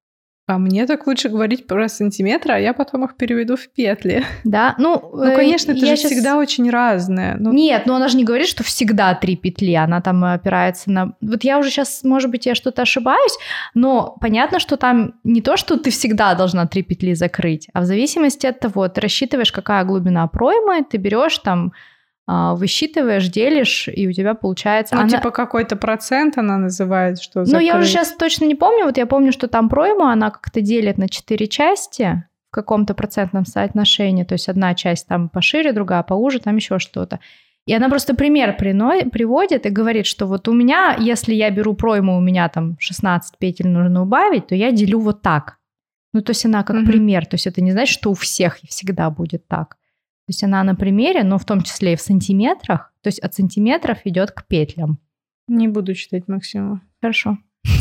А мне так лучше говорить про сантиметры, а я потом их переведу в петли. Да, ну... Ну, конечно, это же сейчас... всегда очень разное. Ну... Нет, но она же не говорит, что всегда три петли, она там опирается на... Вот я уже сейчас, может быть, я что-то ошибаюсь, но понятно, что там не то, что ты всегда должна три петли закрыть, а в зависимости от того, ты рассчитываешь, какая глубина проймы, ты берешь там, высчитываешь, делишь, и у тебя получается... Ну, она... типа какой-то процент она называет, что закрыть. Ну, я уже сейчас точно не помню, вот я помню, что там пройма, она как-то делит на четыре части в каком-то процентном соотношении, то есть одна часть там пошире, другая поуже, там еще что-то. И она просто пример приводит и говорит, что вот у меня, если я беру пройму, у меня там шестнадцать петель нужно убавить, то я делю вот так. Ну, то есть она как mm-hmm. пример, то есть это не значит, что у всех и всегда будет так. То есть она на примере, но в том числе и в сантиметрах, то есть от сантиметров идет к петлям. Не буду читать Максиму. Хорошо.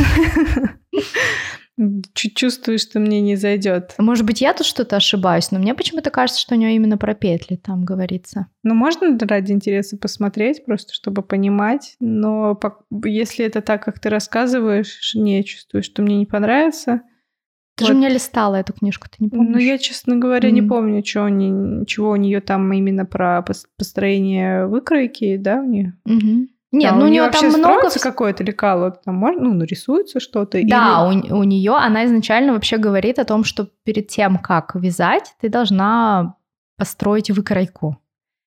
Чувствую, что мне не зайдет. Может быть, я тут что-то ошибаюсь, но мне почему-то кажется, что у нее именно про петли там говорится. Ну, можно ради интереса посмотреть, просто чтобы понимать, но если это так, как ты рассказываешь, не чувствую, что мне не понравится. Ты вот. же мне листала эту книжку, ты не помнишь? Ну, я, честно говоря, mm. не помню, чего, не, чего у нее там именно про построение выкройки, да, у нее. Mm-hmm. Нет, а ну у у нее нее там много какое-то лекало, там можно, ну, нарисуется что-то. Да, или... у, у нее она изначально вообще говорит о том, что перед тем, как вязать, ты должна построить выкройку.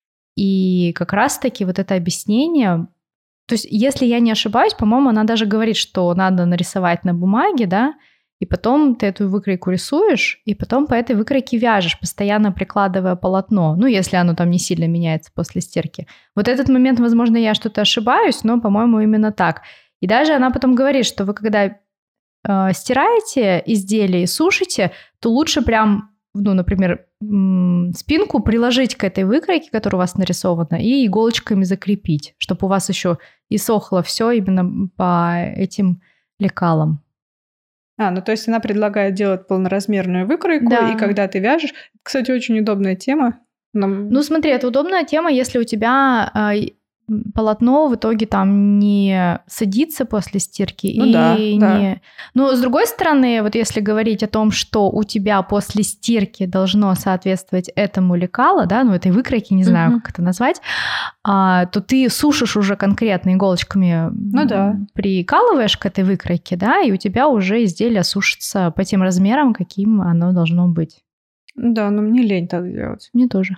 И как раз-таки вот это объяснение, то есть, если я не ошибаюсь, по-моему, она даже говорит, что надо нарисовать на бумаге, да, и потом ты эту выкройку рисуешь, и потом по этой выкройке вяжешь, постоянно прикладывая полотно, ну, если оно там не сильно меняется после стирки. Вот этот момент, возможно, я что-то ошибаюсь, но, по-моему, именно так. И даже она потом говорит, что вы когда э, стираете изделие и сушите, то лучше прям, ну, например, м- спинку приложить к этой выкройке, которая у вас нарисована, и иголочками закрепить, чтобы у вас еще и сохло все именно по этим лекалам. А, ну то есть она предлагает делать полноразмерную выкройку, да. И когда ты вяжешь... Кстати, очень удобная тема. Нам... Ну смотри, это удобная тема, если у тебя э, полотно в итоге там не садится после стирки. Ну и да, не... да. Но с другой стороны, вот если говорить о том, что у тебя после стирки должно соответствовать этому лекало, да, ну этой выкройке, не знаю, uh-huh. как это назвать, а, то ты сушишь уже конкретно иголочками, ну да. прикалываешь к этой выкройке, да, и у тебя уже изделие сушится по тем размерам, каким оно должно быть. Да, но мне лень так делать. Мне тоже.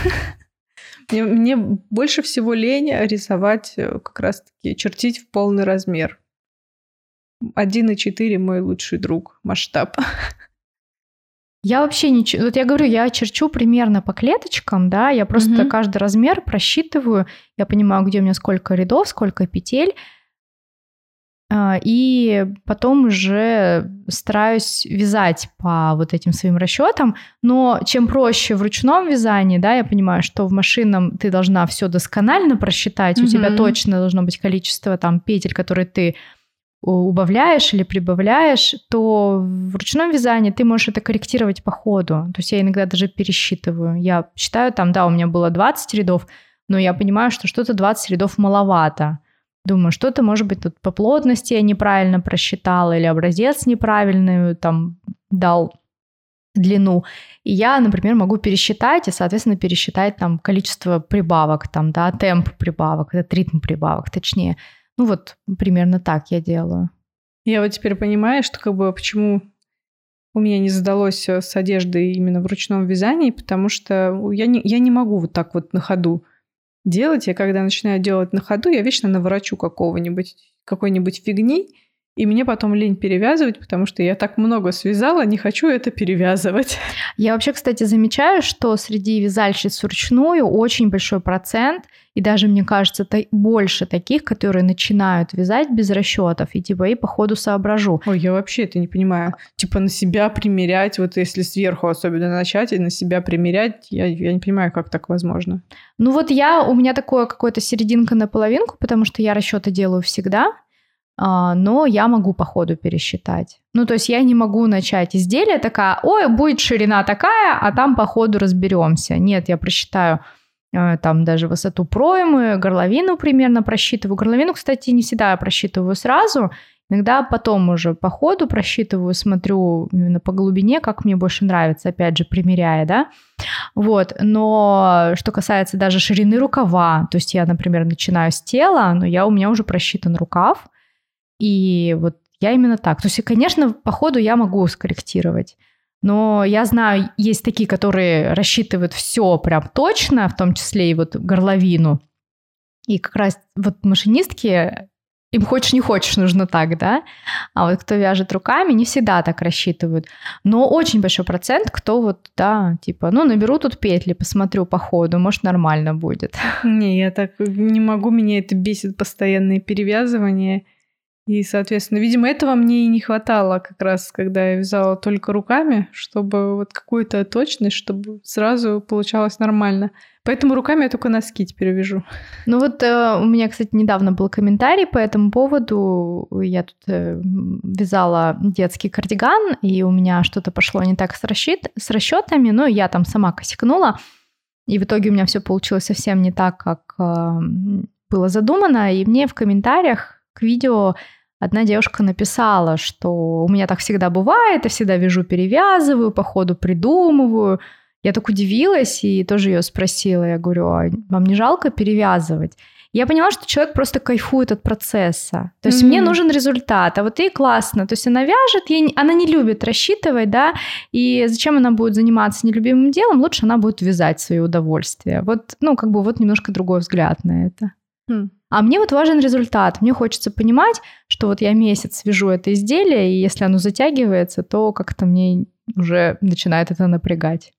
Мне, мне больше всего лень рисовать, как раз-таки чертить в полный размер. один и четыре мой лучший друг, масштаб. Я вообще ничего... Вот я говорю, я черчу примерно по клеточкам, да, я просто mm-hmm. каждый размер просчитываю, я понимаю, где у меня сколько рядов, сколько петель, и потом уже стараюсь вязать по вот этим своим расчетам. Но чем проще в ручном вязании, да, я понимаю, что в машинном ты должна все досконально просчитать, mm-hmm. у тебя точно должно быть количество там петель, которые ты убавляешь или прибавляешь, то в ручном вязании ты можешь это корректировать по ходу. То есть я иногда даже пересчитываю. Я считаю, там, да, у меня было двадцать рядов, но я понимаю, что что-то двадцать рядов маловато. Думаю, что-то, может быть, тут по плотности я неправильно просчитала или образец неправильный там дал длину. И я, например, могу пересчитать и, соответственно, пересчитать там количество прибавок, там, да, темп прибавок, этот ритм прибавок, точнее. Ну вот примерно так я делаю. Я вот теперь понимаю, что как бы почему у меня не задалось с одеждой именно в ручном вязании, потому что я не, я не могу вот так вот на ходу делать. Я когда начинаю делать на ходу, я вечно наворочу какого-нибудь, какой-нибудь фигни, и мне потом лень перевязывать, потому что я так много связала, не хочу это перевязывать. Я вообще, кстати, замечаю, что среди вязальщиц вручную очень большой процент, и даже, мне кажется, больше таких, которые начинают вязать без расчетов, и типа и по ходу соображу. Ой, я вообще это не понимаю. Типа на себя примерять, вот если сверху особенно начать, и на себя примерять, я, я не понимаю, как так возможно. Ну вот я, у меня такое какое-то серединка на половинку, потому что я расчеты делаю всегда, но я могу по ходу пересчитать. Ну, то есть я не могу начать изделие такая, ой, будет ширина такая, а там по ходу разберемся. Нет, я просчитаю там даже высоту проймы, горловину примерно просчитываю. Горловину, кстати, не всегда я просчитываю сразу. Иногда потом уже по ходу просчитываю, смотрю именно по глубине, как мне больше нравится, опять же, примеряя, да. Вот, но что касается даже ширины рукава, то есть я, например, начинаю с тела, но я, у меня уже просчитан рукав, и вот я именно так. То есть, конечно, по ходу я могу скорректировать, но я знаю, есть такие, которые рассчитывают все прям точно, в том числе и вот горловину, и как раз вот машинистки, им хочешь не хочешь, нужно так, да? А вот кто вяжет руками, не всегда так рассчитывают. Но очень большой процент, кто вот, да, типа, ну, наберу тут петли, посмотрю по ходу, может, нормально будет. Не, я так не могу, меня это бесит, постоянные перевязывания. И, соответственно, видимо, этого мне и не хватало как раз, когда я вязала только руками, чтобы вот какую-то точность, чтобы сразу получалось нормально. Поэтому руками я только носки теперь вяжу. Ну вот э, у меня, кстати, недавно был комментарий по этому поводу. Я тут э, вязала детский кардиган, и у меня что-то пошло не так с, расчет, с расчетами, но я там сама косякнула, и в итоге у меня все получилось совсем не так, как э, было задумано. И мне в комментариях к видео одна девушка написала, что у меня так всегда бывает, я всегда вяжу, перевязываю, по ходу придумываю. Я так удивилась и тоже ее спросила. Я говорю, а вам не жалко перевязывать? Я поняла, что человек просто кайфует от процесса. То есть mm-hmm. мне нужен результат, а вот ей классно. То есть она вяжет, ей, она не любит рассчитывать, да, и зачем она будет заниматься нелюбимым делом? Лучше она будет вязать в свое удовольствие. Вот, ну, как бы вот немножко другой взгляд на это. Mm. А мне вот важен результат. Мне хочется понимать, что вот я месяц вяжу это изделие, и если оно затягивается, то как-то мне уже начинает это напрягать.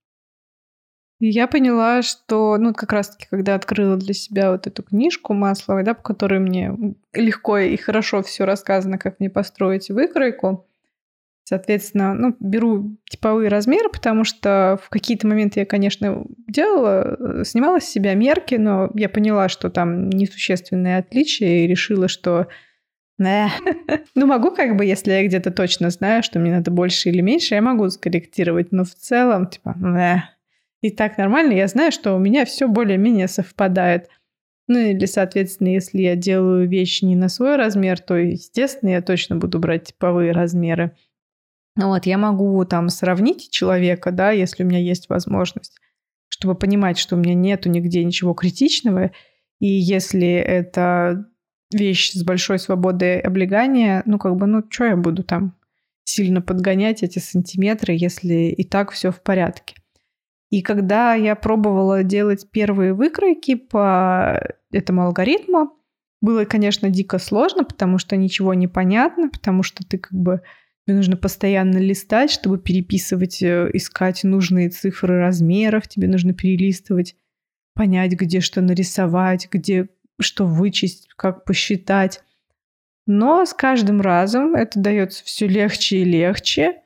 И я поняла, что, ну, как раз-таки, когда открыла для себя вот эту книжку Масловой, да, по которой мне легко и хорошо все рассказано, как мне построить выкройку, соответственно, ну, беру типовые размеры, потому что в какие-то моменты я, конечно, делала, снимала с себя мерки, но я поняла, что там несущественные отличия, и решила, что ну, могу как бы, если я где-то точно знаю, что мне надо больше или меньше, я могу скорректировать, но в целом, типа, и так нормально, я знаю, что у меня все более-менее совпадает. Ну или, соответственно, если я делаю вещи не на свой размер, то, естественно, я точно буду брать типовые размеры. Вот, я могу там сравнить человека, да, если у меня есть возможность, чтобы понимать, что у меня нету нигде ничего критичного. И если это вещь с большой свободой облегания, ну как бы, ну что я буду там сильно подгонять эти сантиметры, если и так все в порядке. И когда я пробовала делать первые выкройки по этому алгоритму, было, конечно, дико сложно, потому что ничего не понятно, потому что ты как бы тебе нужно постоянно листать, чтобы переписывать, искать нужные цифры размеров, тебе нужно перелистывать, понять, где что нарисовать, где что вычесть, как посчитать. Но с каждым разом это дается все легче и легче.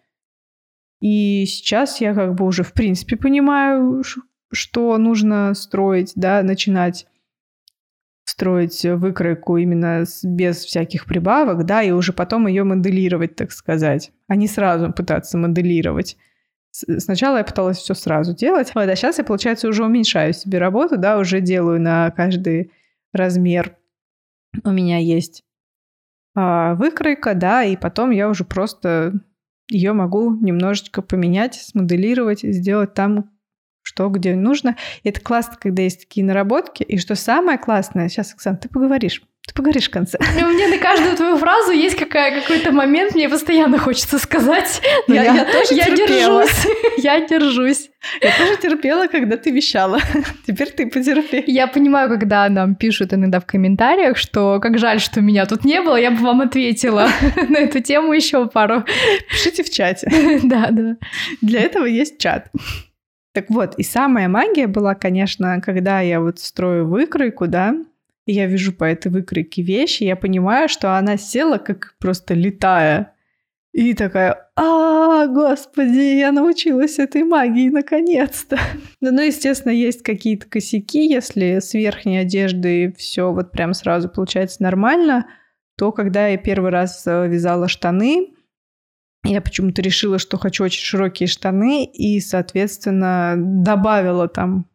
И сейчас я как бы уже в принципе понимаю, что нужно строить, да, начинать строить выкройку именно без всяких прибавок, да, и уже потом ее моделировать, так сказать, а не сразу пытаться моделировать. Сначала я пыталась все сразу делать, вот, а сейчас я, получается, уже уменьшаю себе работу, да, уже делаю на каждый размер. У меня есть а, выкройка, да, и потом я уже просто ее могу немножечко поменять, смоделировать, сделать там, что где нужно. И это классно, когда есть такие наработки. И что самое классное... Сейчас, Оксана, ты поговоришь. Ты поговоришь в конце. У меня на каждую твою фразу есть какая, какой-то момент, мне постоянно хочется сказать. Я, я, я тоже я терпела. держусь. Я держусь. Я тоже терпела, когда ты вещала. Теперь ты потерпи. Я понимаю, когда нам пишут иногда в комментариях, что как жаль, что меня тут не было, я бы вам ответила на эту тему еще пару. Пишите в чате. Да, да. Для этого есть чат. Так вот, и самая магия была, конечно, когда я вот строю выкройку, да, и я вижу по этой выкройке вещи, я понимаю, что она села как просто летая. И такая, а, господи, я научилась этой магии наконец-то. Ну, естественно, есть какие-то косяки, если с верхней одежды все вот прям сразу получается нормально, то когда я первый раз вязала штаны, я почему-то решила, что хочу очень широкие штаны, и, соответственно, добавила там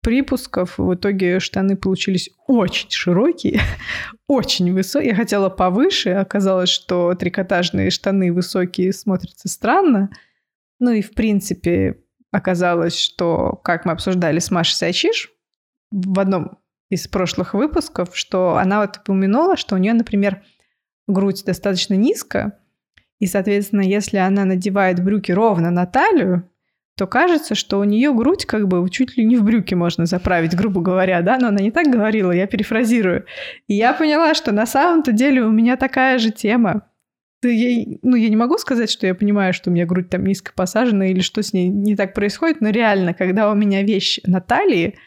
припусков. В итоге штаны получились очень широкие, очень высокие. Я хотела повыше, оказалось, что трикотажные штаны высокие смотрятся странно. Ну и, в принципе, оказалось, что, как мы обсуждали с Машей Сайчиш в одном из прошлых выпусков, что она вот упомянула, что у нее, например, грудь достаточно низкая, и, соответственно, если она надевает брюки ровно на талию, то кажется, что у нее грудь как бы чуть ли не в брюки можно заправить, грубо говоря, да, но она не так говорила, я перефразирую. И я поняла, что на самом-то деле у меня такая же тема. Я, ну, я не могу сказать, что я понимаю, что у меня грудь там низко посажена или что с ней не так происходит, но реально, когда у меня вещь на талии,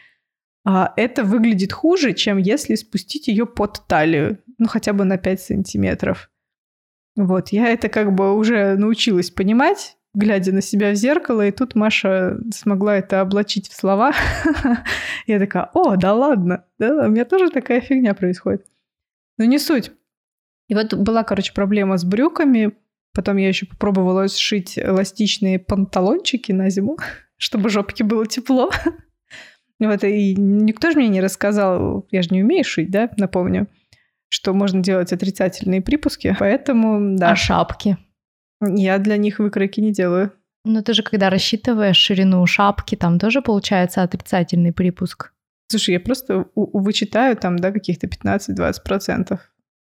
это выглядит хуже, чем если спустить ее под талию, ну, хотя бы на пять сантиметров. Вот, я это как бы уже научилась понимать, глядя на себя в зеркало, и тут Маша смогла это облачить в слова. Я такая, о, да ладно, да, у меня тоже такая фигня происходит. Но не суть. И вот была, короче, проблема с брюками, потом я еще попробовала сшить эластичные панталончики на зиму, чтобы жопке было тепло. Вот, и никто же мне не рассказал, я же не умею шить, да, напомню, что можно делать отрицательные припуски, поэтому, да. А шапки? Я для них выкройки не делаю. Но ты же, когда рассчитываешь ширину шапки, там тоже получается отрицательный припуск. Слушай, я просто у- вычитаю там, да, каких-то пятнадцать-двадцать процентов.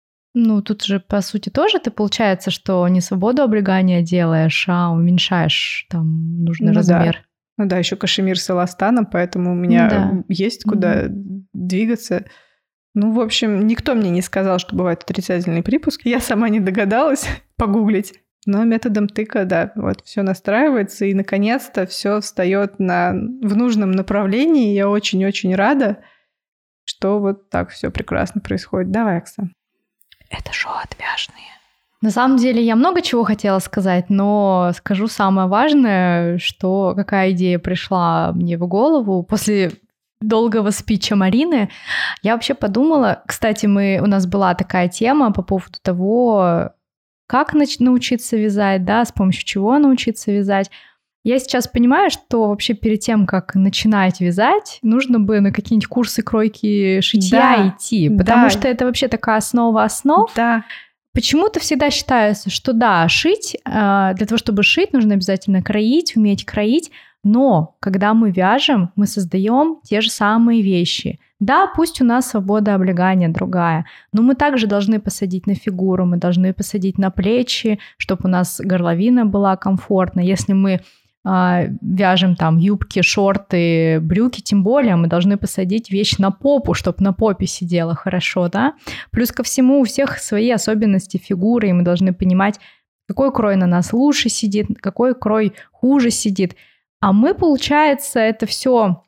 Ну, тут же, по сути, тоже ты, получается, что не свободу облегания делаешь, а уменьшаешь там нужный ну, размер. Да. Ну да, еще кашемир с эластаном, поэтому у меня да. есть куда mm-hmm. двигаться. Ну, в общем, никто мне не сказал, что бывает отрицательный припуск. Я сама не догадалась погуглить. Но методом тыка, да, вот все настраивается, и наконец-то все встает на, в нужном направлении. Я очень-очень рада, что вот так все прекрасно происходит. Давай, Оксан. Это шоу «Отвяжные». На самом деле я много чего хотела сказать, но скажу самое важное, что какая идея пришла мне в голову после долгого спича Марины. Я вообще подумала, кстати, мы, у нас была такая тема по поводу того, как научиться вязать, да, с помощью чего научиться вязать. Я сейчас понимаю, что вообще перед тем, как начинать вязать, нужно бы на какие-нибудь курсы кройки, шитья да, идти, потому да. что это вообще такая основа основ. Да. Почему-то всегда считается, что да, шить, для того, чтобы шить, нужно обязательно кроить, уметь кроить, но когда мы вяжем, мы создаем те же самые вещи. Да, пусть у нас свобода облегания другая, но мы также должны посадить на фигуру, мы должны посадить на плечи, чтобы у нас горловина была комфортна. Если мы э, вяжем там юбки, шорты, брюки, тем более мы должны посадить вещь на попу, чтобы на попе сидела хорошо, да. Плюс ко всему у всех свои особенности фигуры, и мы должны понимать, какой крой на нас лучше сидит, какой крой хуже сидит. А мы, получается, это все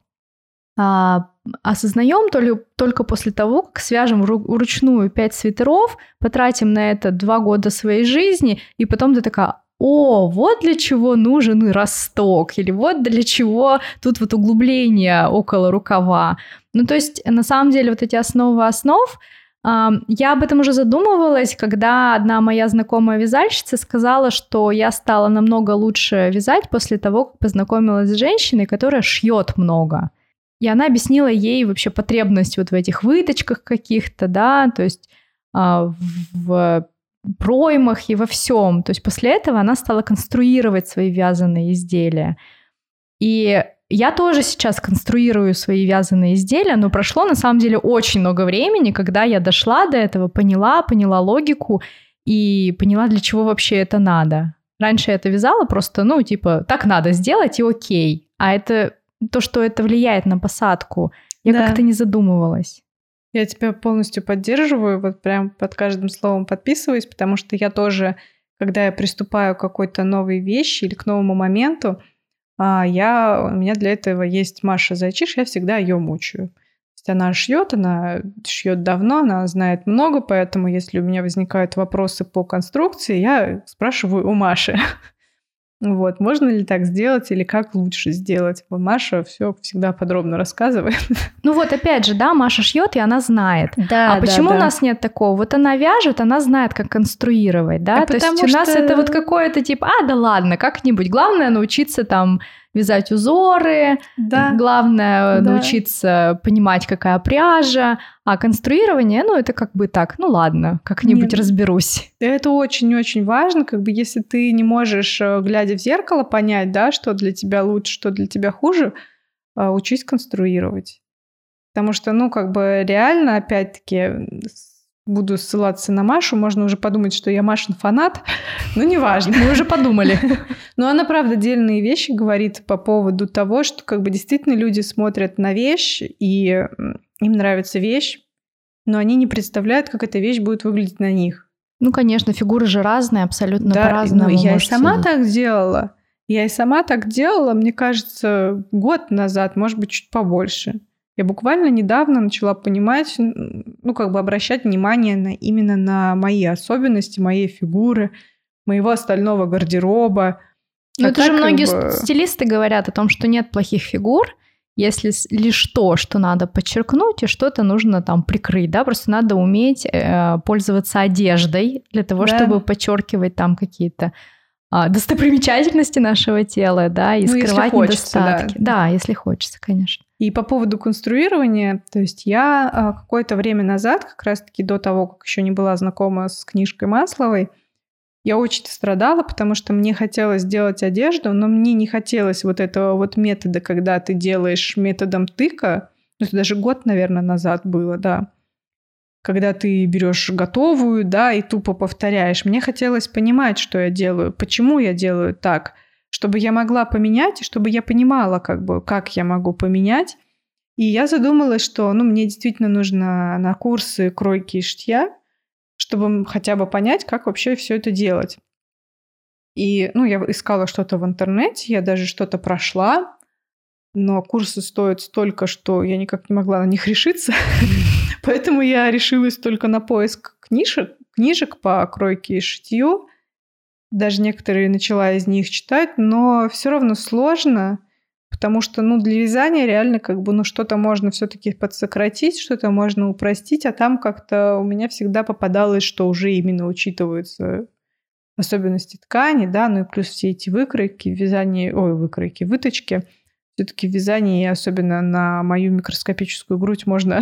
а, осознаем только после того, как свяжем вручную пять свитеров, потратим на это два года своей жизни, и потом ты такая: о, вот для чего нужен росток, или вот для чего тут вот углубление около рукава. Ну, то есть, на самом деле, вот эти основы основ, я об этом уже задумывалась, когда одна моя знакомая вязальщица сказала, что я стала намного лучше вязать после того, как познакомилась с женщиной, которая шьет много. И она объяснила ей вообще потребность вот в этих выточках каких-то, да, то есть в проймах и во всем. То есть после этого она стала конструировать свои вязаные изделия. И я тоже сейчас конструирую свои вязаные изделия, но прошло на самом деле очень много времени, когда я дошла до этого, поняла, поняла логику и поняла, для чего вообще это надо. Раньше я это вязала просто, ну, типа, так надо сделать и окей. А это то, что это влияет на посадку, я да. как-то не задумывалась. Я тебя полностью поддерживаю, вот прям под каждым словом подписываюсь, потому что я тоже, когда я приступаю к какой-то новой вещи или к новому моменту, я, у меня для этого есть Маша Зайчиш, я всегда ее мучаю. То есть она шьет, она шьет давно, она знает много, поэтому если у меня возникают вопросы по конструкции, я спрашиваю у Маши. Вот, можно ли так сделать или как лучше сделать? Маша все всегда подробно рассказывает. Ну вот, опять же, да, Маша шьет, и она знает. Да, а почему да, у да. нас нет такого? Вот она вяжет, она знает, как конструировать, да? А То есть что... у нас это вот какое-то типа, а, да ладно, как-нибудь. Главное научиться там вязать узоры, да. главное да. научиться понимать, какая пряжа, а конструирование, ну, это как бы так, ну, ладно, как-нибудь Нет. разберусь. Это очень-очень важно, как бы, если ты не можешь, глядя в зеркало, понять, да, что для тебя лучше, что для тебя хуже, учись конструировать. Потому что, ну, как бы, реально, опять-таки, буду ссылаться на Машу, можно уже подумать, что я Машин фанат, но неважно. Мы уже подумали. Но она, правда, отдельные вещи говорит по поводу того, что как бы действительно люди смотрят на вещь, и им нравится вещь, но они не представляют, как эта вещь будет выглядеть на них. Ну, конечно, фигуры же разные, абсолютно да, по-разному. Ну, я и сама сидеть. так делала. Я и сама так делала, мне кажется, год назад, может быть, чуть побольше. Я буквально недавно начала понимать, ну, как бы обращать внимание на, именно на мои особенности, моей фигуры, моего остального гардероба. Ну, а это же многие бы... стилисты говорят о том, что нет плохих фигур, если лишь то, что надо подчеркнуть, и что-то нужно там прикрыть, да, просто надо уметь э, пользоваться одеждой для того, да. чтобы подчеркивать там какие-то а, достопримечательности нашего тела, да, и ну, скрывать хочется, недостатки. Да. да, если хочется, конечно. И по поводу конструирования, то есть я а, какое-то время назад, как раз-таки до того, как еще не была знакома с книжкой Масловой, я очень страдала, потому что мне хотелось делать одежду, но мне не хотелось вот этого вот метода, когда ты делаешь методом тыка. Ну, это даже год, наверное, назад было, да. Когда ты берешь готовую, да, и тупо повторяешь. Мне хотелось понимать, что я делаю, почему я делаю так, чтобы я могла поменять, и чтобы я понимала, как бы, как я могу поменять. И я задумалась, что, ну, мне действительно нужно на курсы кройки и шитья, чтобы хотя бы понять, как вообще все это делать. И, ну, я искала что-то в интернете, я даже что-то прошла, но курсы стоят столько, что я никак не могла на них решиться. Поэтому я решилась только на поиск книжек, книжек по кройке и шитью. Даже некоторые начала из них читать, но все равно сложно, потому что, ну, для вязания реально как бы, ну, что-то можно все-таки подсократить, что-то можно упростить, а там как-то у меня всегда попадалось, что уже именно учитываются особенности ткани, да, ну и плюс все эти выкройки, вязание, ой, выкройки, выточки. Все-таки в вязании, особенно на мою микроскопическую грудь, можно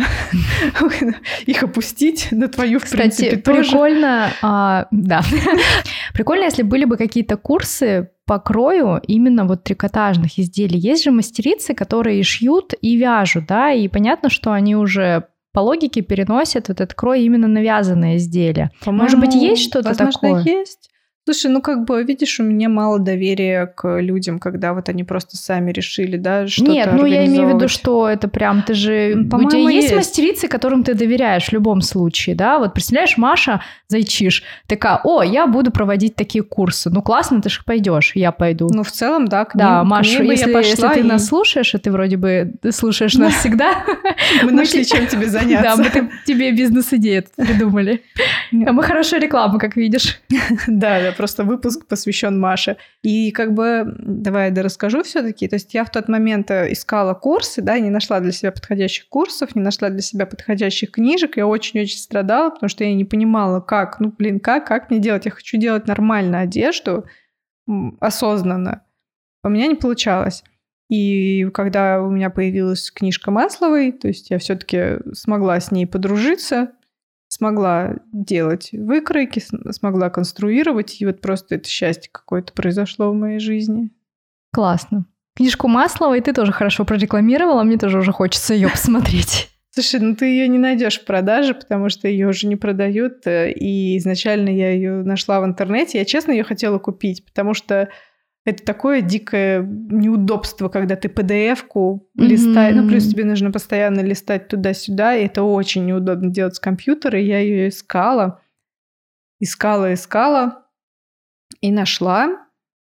их опустить, на твою, в принципе, тоже. Кстати, прикольно, а, да, прикольно, если были бы какие-то курсы по крою именно вот трикотажных изделий. Есть же мастерицы, которые и шьют, и вяжут, да, и понятно, что они уже по логике переносят вот этот крой именно на вязаное изделие. Может быть, есть что-то возможно, такое? Есть. Слушай, ну как бы, видишь, у меня мало доверия к людям, когда вот они просто сами решили, да, что-то Нет, ну я имею в виду, что это прям, ты же... По-моему, у тебя есть, есть мастерицы, которым ты доверяешь в любом случае, да? Вот представляешь, Маша Зайчиш такая, о, я буду проводить такие курсы. Ну классно, ты же пойдешь, я пойду. Ну в целом, да, к ним, да, Маша, к ним если, я пошла, если ты и... нас слушаешь, а ты вроде бы слушаешь нас всегда... Мы нашли, чем тебе заняться. Да, мы тебе бизнес-идею придумали. А мы хорошая реклама, как видишь. Да, да. Просто выпуск посвящен Маше. И как бы, давай я дорасскажу все-таки. То есть я в тот момент искала курсы, да, не нашла для себя подходящих курсов, не нашла для себя подходящих книжек. Я очень-очень страдала, потому что я не понимала, как, ну, блин, как, как мне делать? Я хочу делать нормально одежду, осознанно. У меня не получалось. И когда у меня появилась книжка Масловой, то есть я все-таки смогла с ней подружиться, смогла делать выкройки, смогла конструировать, и вот просто это счастье какое-то произошло в моей жизни. Классно. Книжку Масловой ты тоже хорошо прорекламировала, мне тоже уже хочется ее посмотреть. Слушай, ну ты ее не найдешь в продаже, потому что ее уже не продают, и изначально я ее нашла в интернете. Я, честно, ее хотела купить, потому что это такое дикое неудобство, когда ты пи ди эф-ку mm-hmm. листаешь, ну, плюс тебе нужно постоянно листать туда-сюда, и это очень неудобно делать с компьютера. Я ее искала, искала, искала и нашла.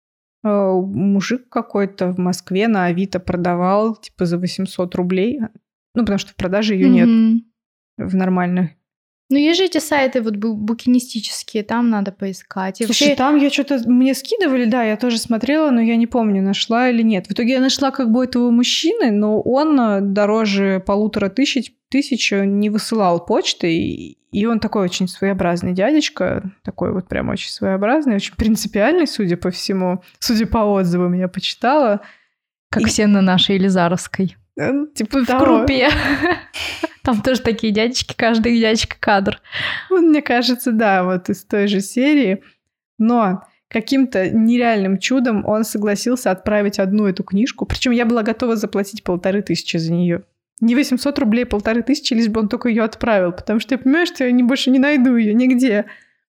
Мужик какой-то в Москве на Авито продавал, типа, за восемьсот рублей. Ну, потому что в продаже ее mm-hmm. нет в нормальных. Ну, есть же эти сайты вот букинистические, там надо поискать. И Слушай, вообще... там я что-то... Мне скидывали, да, я тоже смотрела, но я не помню, нашла или нет. В итоге я нашла как бы этого мужчины, но он дороже полутора тысяч, тысяч не высылал почтой, и он такой очень своеобразный дядечка, такой вот прям очень своеобразный, очень принципиальный, судя по всему, судя по отзывам, я почитала. Как И... все на нашей Елизаровской. Типа в того. крупе. Там тоже такие дядечки, каждый дядечка кадр. Мне кажется, да, вот из той же серии. Но каким-то нереальным чудом он согласился отправить одну эту книжку. Причем я была готова заплатить полторы тысячи за нее. Не восемьсот рублей, полторы тысячи, лишь бы он только ее отправил. Потому что я понимаю, что я не, больше не найду ее нигде.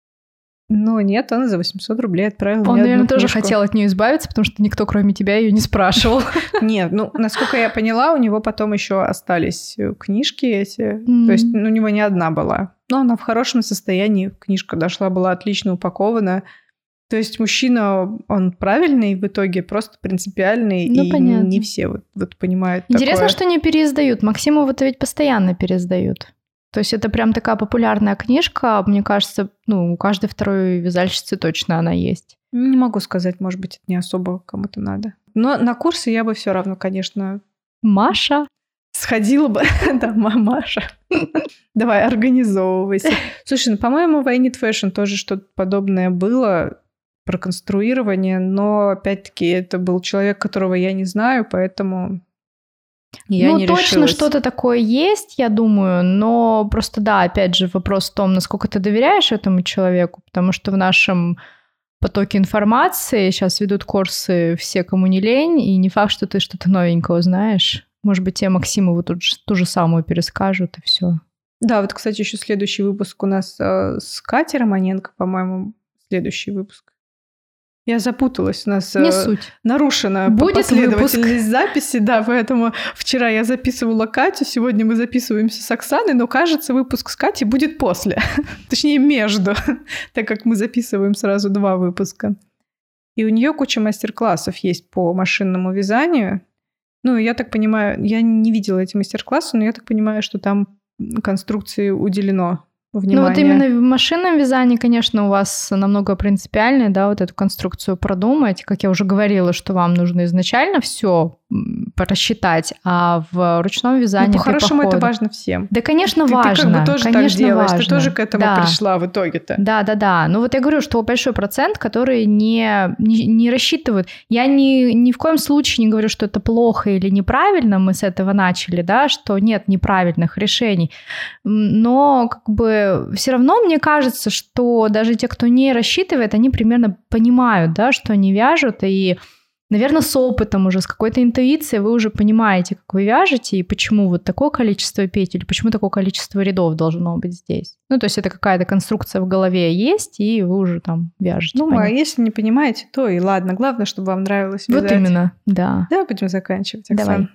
Но нет, он за восемьсот рублей отправил Он, мне наверное, одну тоже книжку. хотел от нее избавиться, потому что никто, кроме тебя, ее не спрашивал. Нет, ну, насколько я поняла, у него потом еще остались книжки эти. Mm. То есть ну, у него не одна была. Но она в хорошем состоянии. Книжка дошла, была отлично упакована. То есть мужчина, он правильный в итоге, просто принципиальный. Ну, и понятно. Не все вот, вот понимают Интересно, такое. что не переиздают. Максимова-то ведь постоянно переиздают. То есть это прям такая популярная книжка. Мне кажется, ну, у каждой второй вязальщицы точно она есть. Не могу сказать, может быть, это не особо кому-то надо. Но на курсы я бы все равно, конечно... Маша? Сходила бы. Да, Маша. Давай, организовывайся. Слушай, ну, по-моему, в I Need Fashion тоже что-то подобное было про конструирование, но, опять-таки, это был человек, которого я не знаю, поэтому... Я ну, не точно решилась. что-то такое есть, я думаю, но просто, да, опять же, вопрос в том, насколько ты доверяешь этому человеку, потому что в нашем потоке информации сейчас ведут курсы все, кому не лень, и не факт, что ты что-то новенькое узнаешь. Может быть, тебе Максимову тут же, ту же самую перескажут, и все. Да, вот, кстати, еще следующий выпуск у нас э, с Катей Романенко, по-моему, следующий выпуск. Я запуталась, у нас Не э, суть. нарушена Будет последовательность записи, да, поэтому вчера я записывала Катю, сегодня мы записываемся с Оксаной, но, кажется, выпуск с Катей будет после, точнее, между, так как мы записываем сразу два выпуска. И у нее куча мастер-классов есть по машинному вязанию. Ну, я так понимаю, я не видела эти мастер-классы, но я так понимаю, что там конструкции уделено внимание. Ну вот именно в машинном вязании, конечно, у вас намного принципиальнее, да, вот эту конструкцию продумать. Как я уже говорила, что вам нужно изначально все просчитать, а в ручном вязании... Ну, по-хорошему, по это важно всем. Да, конечно, ты, важно. Ты как бы тоже конечно, так делаешь, важно. ты тоже к этому да. пришла в итоге-то. Да-да-да. Ну вот я говорю, что большой процент, который не, не, не рассчитывают. Я ни, ни в коем случае не говорю, что это плохо или неправильно, мы с этого начали, да, что нет неправильных решений. Но как бы все равно мне кажется, что даже те, кто не рассчитывает, они примерно понимают, да, что они вяжут, и наверное, с опытом уже, с какой-то интуицией вы уже понимаете, как вы вяжете и почему вот такое количество петель, почему такое количество рядов должно быть здесь. Ну, то есть это какая-то конструкция в голове есть, и вы уже там вяжете. Ну, понятно. А если не понимаете, то и ладно. Главное, чтобы вам нравилось вязать. Вот именно, да. Давай будем заканчивать, Оксана. Давай.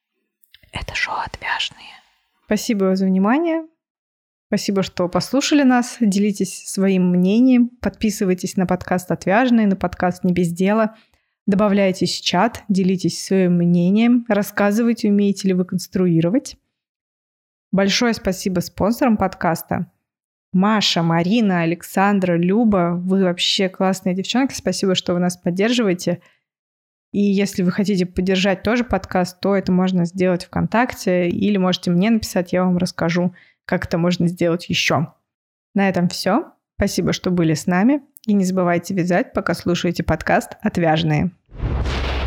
Это шоу «Отвяжные». Спасибо за внимание. Спасибо, что послушали нас. Делитесь своим мнением. Подписывайтесь на подкаст «Отвяжные», на подкаст «Не без дела». Добавляйтесь в чат, делитесь своим мнением, рассказывайте, умеете ли вы конструировать. Большое спасибо спонсорам подкаста. Маша, Марина, Александра, Люба. Вы вообще классные девчонки. Спасибо, что вы нас поддерживаете. И если вы хотите поддержать тоже подкаст, то это можно сделать ВКонтакте или можете мне написать, я вам расскажу, как это можно сделать еще. На этом все. Спасибо, что были с нами. И не забывайте вязать, пока слушаете подкаст «Отвяжные».